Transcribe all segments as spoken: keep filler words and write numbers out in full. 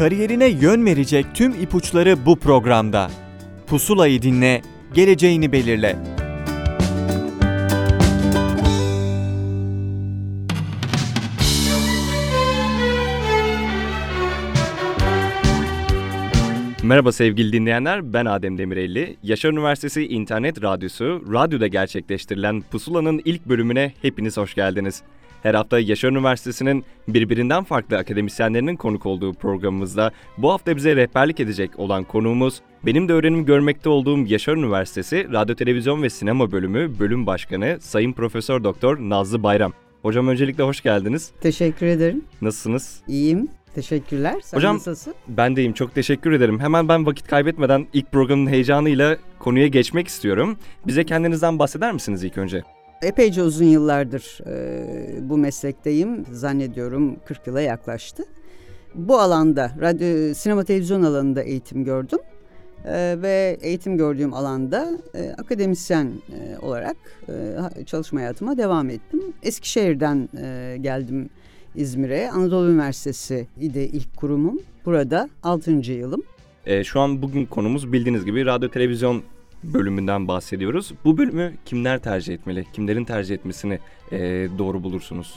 Kariyerine yön verecek tüm ipuçları bu programda. Pusulayı dinle, geleceğini belirle. Merhaba sevgili dinleyenler, ben Adem Demirelli. Yaşar Üniversitesi İnternet Radyosu, radyoda gerçekleştirilen Pusula'nın ilk bölümüne hepiniz hoş geldiniz. Her hafta Yaşar Üniversitesi'nin birbirinden farklı akademisyenlerinin konuk olduğu programımızda bu hafta bize rehberlik edecek olan konuğumuz, benim de öğrenim görmekte olduğum Yaşar Üniversitesi Radyo, Televizyon ve Sinema Bölümü Bölüm Başkanı Sayın Profesör Doktor Nazlı Bayram. Hocam öncelikle hoş geldiniz. Teşekkür ederim. Nasılsınız? İyiyim. Teşekkürler. Sen Hocam, nasılsın? Ben deyim. Çok teşekkür ederim. Hemen ben vakit kaybetmeden ilk programın heyecanıyla konuya geçmek istiyorum. Bize kendinizden bahseder misiniz ilk önce? Epeyce uzun yıllardır e, bu meslekteyim. Zannediyorum kırk yıla yaklaştı. Bu alanda, radyo, sinema televizyon alanında eğitim gördüm. E, ve eğitim gördüğüm alanda e, akademisyen e, olarak e, çalışma hayatıma devam ettim. Eskişehir'den e, geldim İzmir'e. Anadolu Üniversitesi idi ilk kurumum. Burada altıncı yılım. E, şu an bugün konumuz bildiğiniz gibi radyo televizyon bölümünden bahsediyoruz. Bu bölümü kimler tercih etmeli? Kimlerin tercih etmesini e, doğru bulursunuz?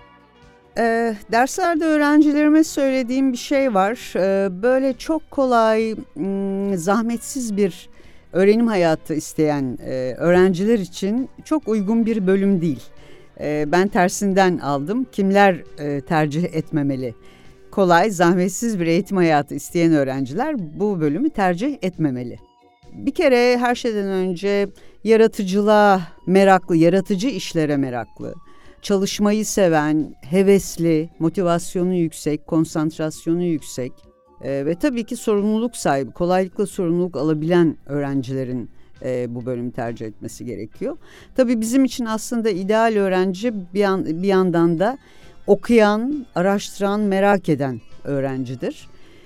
E, derslerde öğrencilerime söylediğim bir şey var. E, böyle çok kolay, m, zahmetsiz bir öğrenim hayatı isteyen e, öğrenciler için çok uygun bir bölüm değil. Ben tersinden aldım. Kimler e, tercih etmemeli? Kolay, zahmetsiz bir eğitim hayatı isteyen öğrenciler bu bölümü tercih etmemeli. Bir kere her şeyden önce yaratıcılığa meraklı, yaratıcı işlere meraklı, çalışmayı seven, hevesli, motivasyonu yüksek, konsantrasyonu yüksek e, ve tabii ki sorumluluk sahibi, kolaylıkla sorumluluk alabilen öğrencilerin E, bu bölümü tercih etmesi gerekiyor. Tabii bizim için aslında ideal öğrenci bir, yan, bir yandan da okuyan, araştıran, merak eden öğrencidir.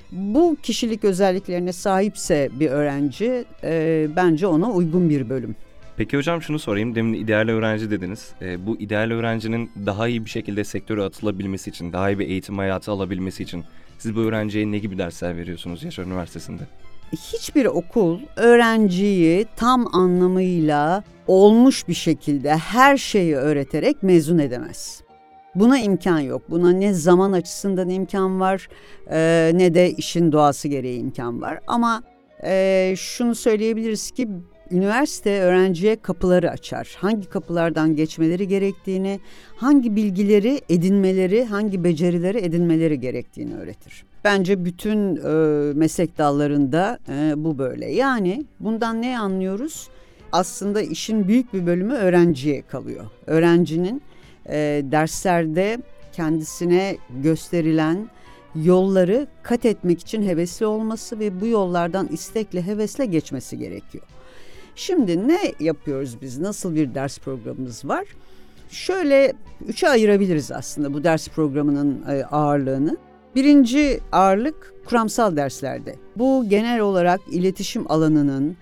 Bu kişilik özelliklerine sahipse bir öğrenci e, bence ona uygun bir bölüm. Peki hocam şunu sorayım. Demin ideal öğrenci dediniz. E, bu ideal öğrencinin daha iyi bir şekilde sektöre atılabilmesi için, daha iyi bir eğitim hayatı alabilmesi için siz bu öğrenciye ne gibi dersler veriyorsunuz Yaşar Üniversitesi'nde? Hiçbir okul öğrenciyi tam anlamıyla olmuş bir şekilde her şeyi öğreterek mezun edemez. Buna imkan yok. Buna ne zaman açısından imkan var e, ne de işin doğası gereği imkan var. Ama e, şunu söyleyebiliriz ki üniversite öğrenciye kapıları açar. Hangi kapılardan geçmeleri gerektiğini, hangi bilgileri edinmeleri, hangi becerileri edinmeleri gerektiğini öğretir. Bence bütün e, meslek dallarında e, bu böyle. Yani bundan ne anlıyoruz? Aslında işin büyük bir bölümü öğrenciye kalıyor. Öğrencinin e, derslerde kendisine gösterilen yolları kat etmek için hevesli olması ve bu yollardan istekle, hevesle geçmesi gerekiyor. Şimdi ne yapıyoruz biz? Nasıl bir ders programımız var? Şöyle üçe ayırabiliriz aslında bu ders programının e, ağırlığını. Birinci ağırlık kuramsal derslerde. Bu genel olarak iletişim alanının,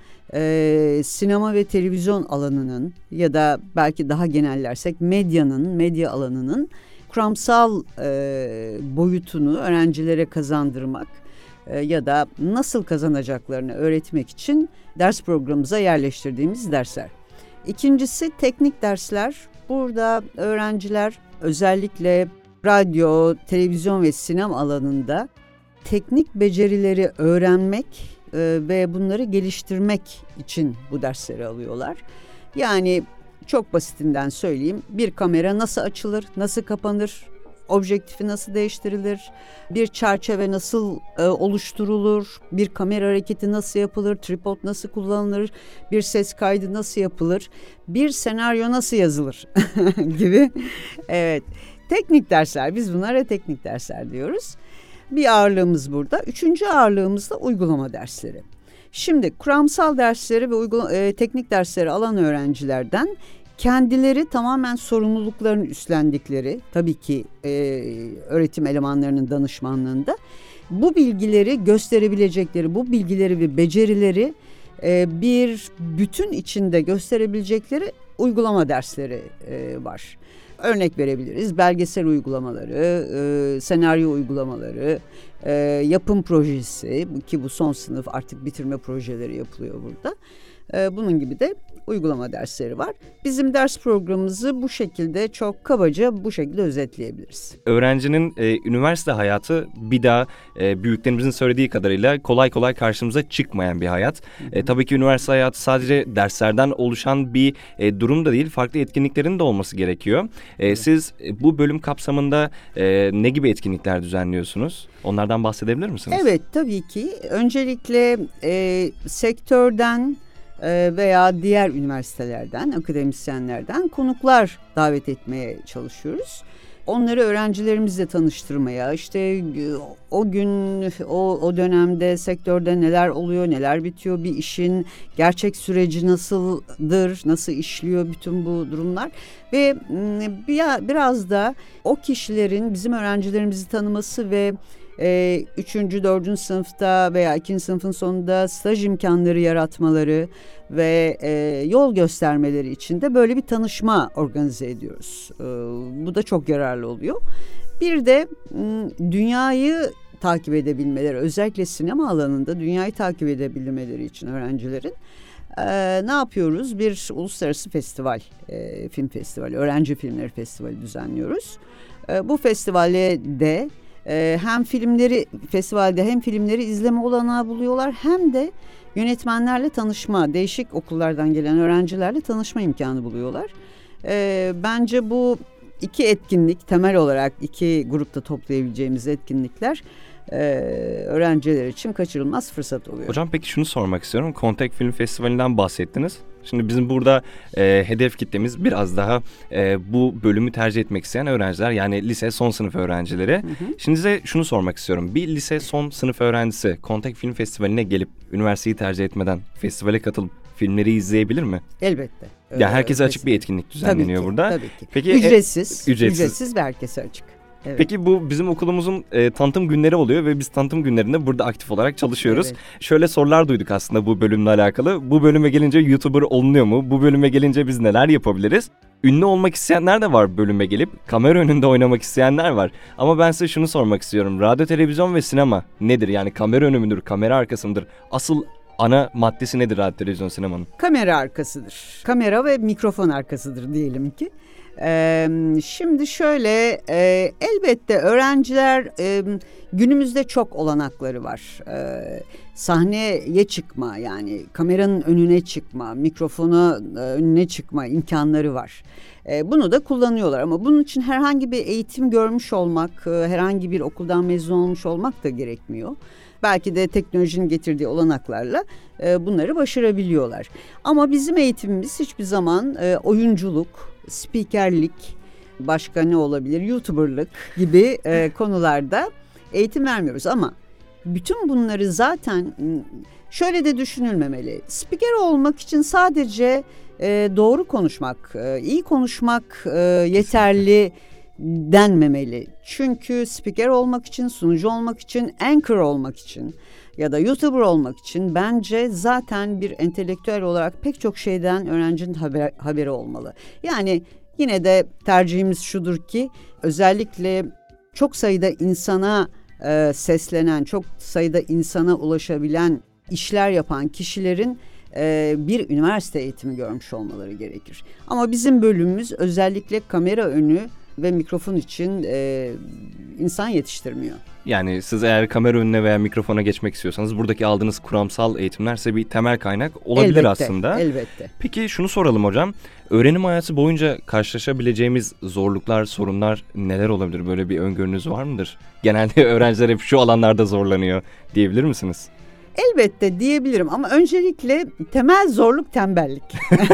e, sinema ve televizyon alanının ya da belki daha genellersek medyanın, medya alanının kuramsal e, boyutunu öğrencilere kazandırmak e, ya da nasıl kazanacaklarını öğretmek için ders programımıza yerleştirdiğimiz dersler. İkincisi teknik dersler. Burada öğrenciler özellikle radyo, televizyon ve sinema alanında teknik becerileri öğrenmek e, ve bunları geliştirmek için bu dersleri alıyorlar. Yani çok basitinden söyleyeyim, bir kamera nasıl açılır, nasıl kapanır, objektifi nasıl değiştirilir, bir çerçeve nasıl e, oluşturulur, bir kamera hareketi nasıl yapılır, tripod nasıl kullanılır, bir ses kaydı nasıl yapılır, bir senaryo nasıl yazılır gibi. Evet. Teknik dersler, biz bunlara teknik dersler diyoruz. Bir ağırlığımız burada. Üçüncü ağırlığımız da uygulama dersleri. Şimdi kuramsal dersleri ve uygula- e, teknik dersleri alan öğrencilerden kendileri tamamen sorumluluklarını üstlendikleri, tabii ki e, öğretim elemanlarının danışmanlığında bu bilgileri gösterebilecekleri, bu bilgileri ve becerileri e, bir bütün içinde gösterebilecekleri uygulama dersleri e, var. Örnek verebiliriz. Belgesel uygulamaları, e, senaryo uygulamaları, e, yapım projesi ki bu son sınıf artık bitirme projeleri yapılıyor burada. E, bunun gibi de uygulama dersleri var. Bizim ders programımızı bu şekilde çok kabaca bu şekilde özetleyebiliriz. Öğrencinin e, üniversite hayatı bir daha e, büyüklerimizin söylediği kadarıyla kolay kolay karşımıza çıkmayan bir hayat. E, tabii ki üniversite hayatı sadece derslerden oluşan bir e, durum da değil, farklı etkinliklerin de olması gerekiyor. E, evet. Siz e, bu bölüm kapsamında e, ne gibi etkinlikler düzenliyorsunuz? Onlardan bahsedebilir misiniz? Evet, tabii ki. Öncelikle e, sektörden veya diğer üniversitelerden, akademisyenlerden konuklar davet etmeye çalışıyoruz. Onları öğrencilerimizle tanıştırmaya, işte o gün, o, o dönemde sektörde neler oluyor, neler bitiyor, bir işin gerçek süreci nasıldır, nasıl işliyor bütün bu durumlar. Ve biraz da o kişilerin bizim öğrencilerimizi tanıması ve Ee, üçüncü, dördüncü sınıfta veya ikinci sınıfın sonunda staj imkanları yaratmaları ve e, yol göstermeleri için de böyle bir tanışma organize ediyoruz. Ee, bu da çok yararlı oluyor. Bir de dünyayı takip edebilmeleri, özellikle sinema alanında dünyayı takip edebilmeleri için öğrencilerin e, ne yapıyoruz? Bir uluslararası festival, e, film festivali, öğrenci filmleri festivali düzenliyoruz. E, bu festivalde de hem filmleri festivalde hem filmleri izleme olanağı buluyorlar hem de yönetmenlerle tanışma, değişik okullardan gelen öğrencilerle tanışma imkanı buluyorlar. Bence bu iki etkinlik, temel olarak iki grupta toplayabileceğimiz etkinlikler öğrenciler için kaçırılmaz fırsat oluyor. Hocam peki şunu sormak istiyorum. Contact Film Festivali'nden bahsettiniz. Şimdi bizim burada e, hedef kitlemiz biraz daha e, bu bölümü tercih etmek isteyen öğrenciler, yani lise son sınıf öğrencileri. Hı hı. Şimdi size şunu sormak istiyorum. Bir lise son sınıf öğrencisi Contact Film Festivali'ne gelip üniversiteyi tercih etmeden festivale katılıp filmleri izleyebilir mi? Elbette. Yani herkese açık bir etkinlik düzenleniyor tabii ki, burada. Tabii ki. Peki, ücretsiz, e, ücretsiz. Ücretsiz ve herkese açık. Evet. Peki bu bizim okulumuzun e, tanıtım günleri oluyor ve biz tanıtım günlerinde burada aktif olarak çalışıyoruz. Evet. Şöyle sorular duyduk aslında bu bölümle alakalı. Bu bölüme gelince YouTuber olunuyor mu? Bu bölüme gelince biz neler yapabiliriz? Ünlü olmak isteyenler de var bölüme gelip. Kamera önünde oynamak isteyenler var. Ama ben size şunu sormak istiyorum. Radyo, televizyon ve sinema nedir? Yani kamera önü müdür, kamera arkası mıdır? Asıl ana maddesi nedir radyo, televizyon, sinemanın? Kamera arkasıdır. Kamera ve mikrofon arkasıdır diyelim ki. Ee, şimdi şöyle e, elbette öğrenciler e, günümüzde çok olanakları var. Ee, sahneye çıkma, yani kameranın önüne çıkma, mikrofona e, önüne çıkma imkanları var. E, bunu da kullanıyorlar ama bunun için herhangi bir eğitim görmüş olmak, e, herhangi bir okuldan mezun olmuş olmak da gerekmiyor. Belki de teknolojinin getirdiği olanaklarla e, bunları başarabiliyorlar. Ama bizim eğitimimiz hiçbir zaman e, oyunculuk, spikerlik, başka ne olabilir, YouTuber'lık gibi e, konularda eğitim vermiyoruz. Ama bütün bunları zaten şöyle de düşünülmemeli. Spiker olmak için sadece e, doğru konuşmak, e, iyi konuşmak e, yeterli denmemeli. Çünkü spiker olmak için, sunucu olmak için, anchor olmak için ya da YouTuber olmak için bence zaten bir entelektüel olarak pek çok şeyden öğrencinin haber, haberi olmalı. Yani yine de tercihimiz şudur ki özellikle çok sayıda insana e, seslenen, çok sayıda insana ulaşabilen işler yapan kişilerin e, bir üniversite eğitimi görmüş olmaları gerekir. Ama bizim bölümümüz özellikle kamera önü ve mikrofon için e, insan yetiştirmiyor. Yani siz eğer kamera önüne veya mikrofona geçmek istiyorsanız buradaki aldığınız kuramsal eğitimler size bir temel kaynak olabilir elbette, aslında. Elbette. Peki şunu soralım hocam. Öğrenim hayatı boyunca karşılaşabileceğimiz zorluklar, sorunlar neler olabilir? Böyle bir öngörünüz var mıdır? Genelde öğrenciler hep şu alanlarda zorlanıyor diyebilir misiniz? Elbette diyebilirim ama öncelikle temel zorluk tembellik.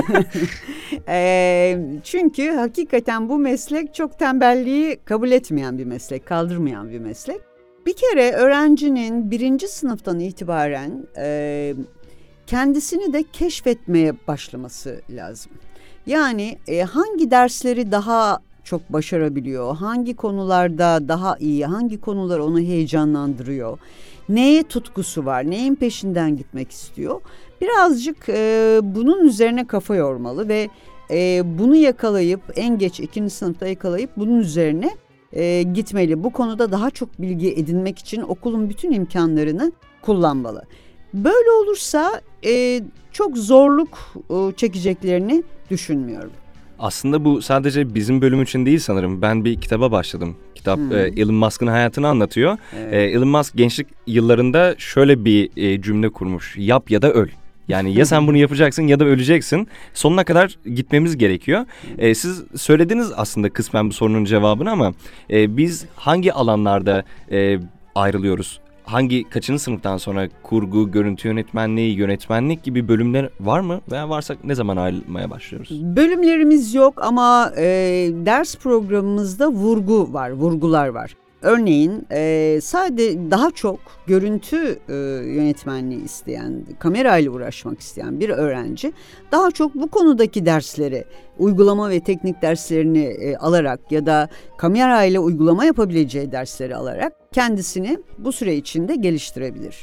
e, çünkü hakikaten bu meslek çok tembelliği kabul etmeyen bir meslek, kaldırmayan bir meslek. Bir kere öğrencinin birinci sınıftan itibaren e, kendisini de keşfetmeye başlaması lazım. Yani e, hangi dersleri daha çok başarabiliyor, hangi konularda daha iyi, hangi konular onu heyecanlandırıyor, neye tutkusu var, neyin peşinden gitmek istiyor. Birazcık e, bunun üzerine kafa yormalı ve e, bunu yakalayıp en geç ikinci sınıfta yakalayıp bunun üzerine e, gitmeli. Bu konuda daha çok bilgi edinmek için okulun bütün imkanlarını kullanmalı. Böyle olursa e, çok zorluk e, çekeceklerini düşünmüyorum. Aslında bu sadece bizim bölüm için değil sanırım. Ben bir kitaba başladım. Kitap hmm. e, Elon Musk'ın hayatını anlatıyor. Evet. E, Elon Musk gençlik yıllarında şöyle bir e, cümle kurmuş. Yap ya da öl. Yani ya sen bunu yapacaksın ya da öleceksin. Sonuna kadar gitmemiz gerekiyor. E, siz söylediniz aslında kısmen bu sorunun cevabını ama e, biz hangi alanlarda e, ayrılıyoruz? Hangi, kaçıncı sınıftan sonra kurgu, görüntü yönetmenliği, yönetmenlik gibi bölümler var mı? Veya varsa ne zaman ayrılmaya başlıyoruz? Bölümlerimiz yok ama e, ders programımızda vurgu var, vurgular var. Örneğin e, sadece daha çok görüntü e, yönetmenliği isteyen, kamerayla uğraşmak isteyen bir öğrenci daha çok bu konudaki dersleri, uygulama ve teknik derslerini e, alarak ya da kamerayla uygulama yapabileceği dersleri alarak kendisini bu süre içinde geliştirebilir.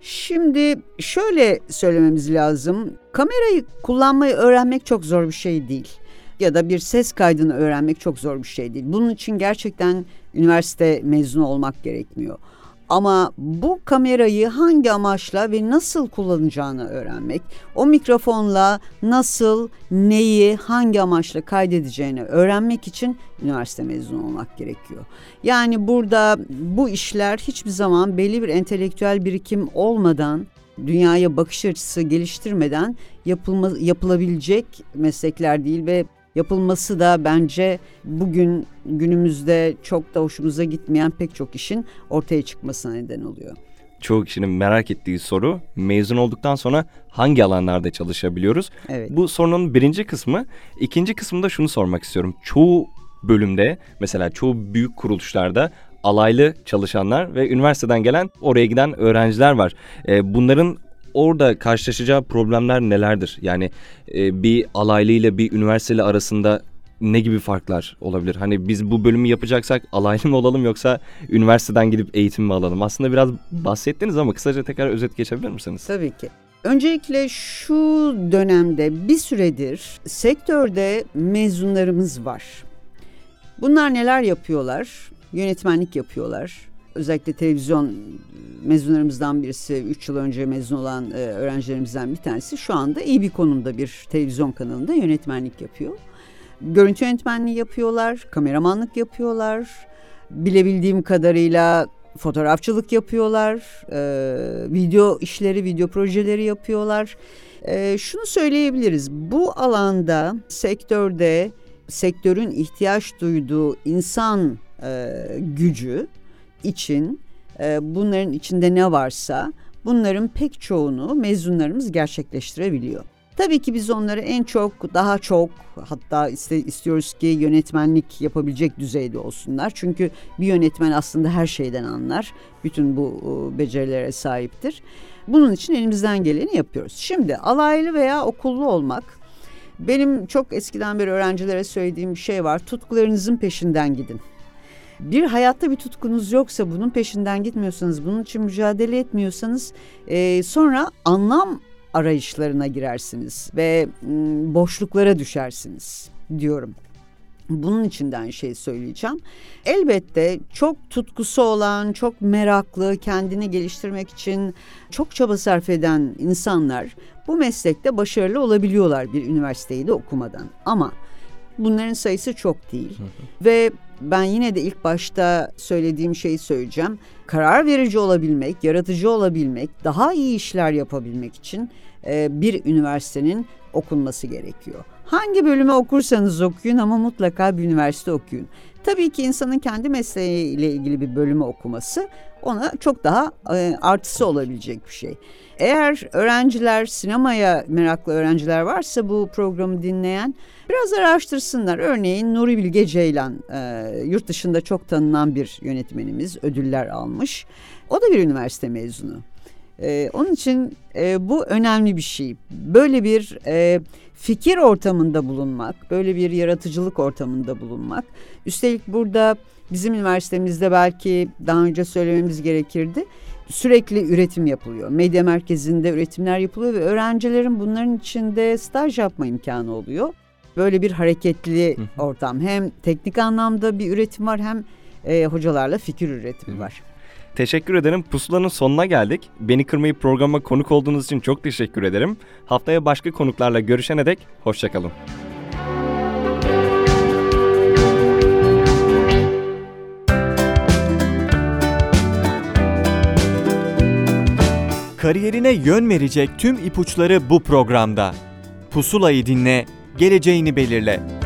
Şimdi şöyle söylememiz lazım, kamerayı kullanmayı öğrenmek çok zor bir şey değil. Ya da bir ses kaydını öğrenmek çok zor bir şey değil. Bunun için gerçekten üniversite mezunu olmak gerekmiyor. Ama bu kamerayı hangi amaçla ve nasıl kullanacağını öğrenmek, o mikrofonla nasıl, neyi, hangi amaçla kaydedeceğini öğrenmek için üniversite mezunu olmak gerekiyor. Yani burada bu işler hiçbir zaman belli bir entelektüel birikim olmadan, dünyaya bakış açısı geliştirmeden yapılma, yapılabilecek meslekler değil ve yapılması da bence bugün günümüzde çok da hoşumuza gitmeyen pek çok işin ortaya çıkmasına neden oluyor. Çoğu kişinin merak ettiği soru, mezun olduktan sonra hangi alanlarda çalışabiliyoruz? Evet. Bu sorunun birinci kısmı. İkinci kısmında şunu sormak istiyorum. Çoğu bölümde, mesela çoğu büyük kuruluşlarda alaylı çalışanlar ve üniversiteden gelen, oraya giden öğrenciler var. Ee, bunların orada karşılaşacağı problemler nelerdir? Yani e, bir alaylı ile bir üniversiteli arasında ne gibi farklar olabilir? Hani biz bu bölümü yapacaksak alaylı mı olalım yoksa üniversiteden gidip eğitim mi alalım? Aslında biraz bahsettiniz ama kısaca tekrar özet geçebilir misiniz? Tabii ki. Öncelikle şu dönemde bir süredir sektörde mezunlarımız var. Bunlar neler yapıyorlar? Yönetmenlik yapıyorlar. Özellikle televizyon mezunlarımızdan birisi, üç yıl önce mezun olan e, öğrencilerimizden bir tanesi şu anda iyi bir konumda bir televizyon kanalında yönetmenlik yapıyor. Görüntü yönetmenliği yapıyorlar, kameramanlık yapıyorlar, bilebildiğim kadarıyla fotoğrafçılık yapıyorlar, e, video işleri, video projeleri yapıyorlar. E, şunu söyleyebiliriz, bu alanda sektörde sektörün ihtiyaç duyduğu insan e, gücü için e, bunların içinde ne varsa bunların pek çoğunu mezunlarımız gerçekleştirebiliyor. Tabii ki biz onları en çok, daha çok, hatta iste, istiyoruz ki yönetmenlik yapabilecek düzeyde olsunlar. Çünkü bir yönetmen aslında her şeyden anlar. Bütün bu e, becerilere sahiptir. Bunun için elimizden geleni yapıyoruz. Şimdi alaylı veya okullu olmak, benim çok eskiden beri öğrencilere söylediğim bir şey var. Tutkularınızın peşinden gidin. Bir hayatta bir tutkunuz yoksa, bunun peşinden gitmiyorsanız, bunun için mücadele etmiyorsanız e, sonra anlam arayışlarına girersiniz ve m, boşluklara düşersiniz diyorum. Bunun için de aynı şeyi söyleyeceğim. Elbette çok tutkusu olan, çok meraklı, kendini geliştirmek için çok çaba sarf eden insanlar bu meslekte başarılı olabiliyorlar bir üniversiteyi de okumadan. Ama bunların sayısı çok değil. Hı hı. Ve ben yine de ilk başta söylediğim şeyi söyleyeceğim. Karar verici olabilmek, yaratıcı olabilmek, daha iyi işler yapabilmek için e, bir üniversitenin okunması gerekiyor. Hangi bölümü okursanız okuyun ama mutlaka bir üniversite okuyun. Tabii ki insanın kendi mesleğiyle ilgili bir bölümü okuması ona çok daha e, artısı olabilecek bir şey. Eğer öğrenciler, sinemaya meraklı öğrenciler varsa bu programı dinleyen biraz araştırsınlar. Örneğin Nuri Bilge Ceylan, e, yurt dışında çok tanınan bir yönetmenimiz, ödüller almış. O da bir üniversite mezunu. E, onun için e, bu önemli bir şey. Böyle bir e, fikir ortamında bulunmak, böyle bir yaratıcılık ortamında bulunmak. Üstelik burada bizim üniversitemizde belki daha önce söylememiz gerekirdi. Sürekli üretim yapılıyor. Medya merkezinde üretimler yapılıyor ve öğrencilerin bunların içinde staj yapma imkanı oluyor. Böyle bir hareketli ortam. Hem teknik anlamda bir üretim var, hem e, hocalarla fikir üretimi var. Teşekkür ederim. Pusula'nın sonuna geldik. Beni kırmayıp programa konuk olduğunuz için çok teşekkür ederim. Haftaya başka konuklarla görüşene dek hoşça kalın. Kariyerine yön verecek tüm ipuçları bu programda. Pusulayı dinle, geleceğini belirle.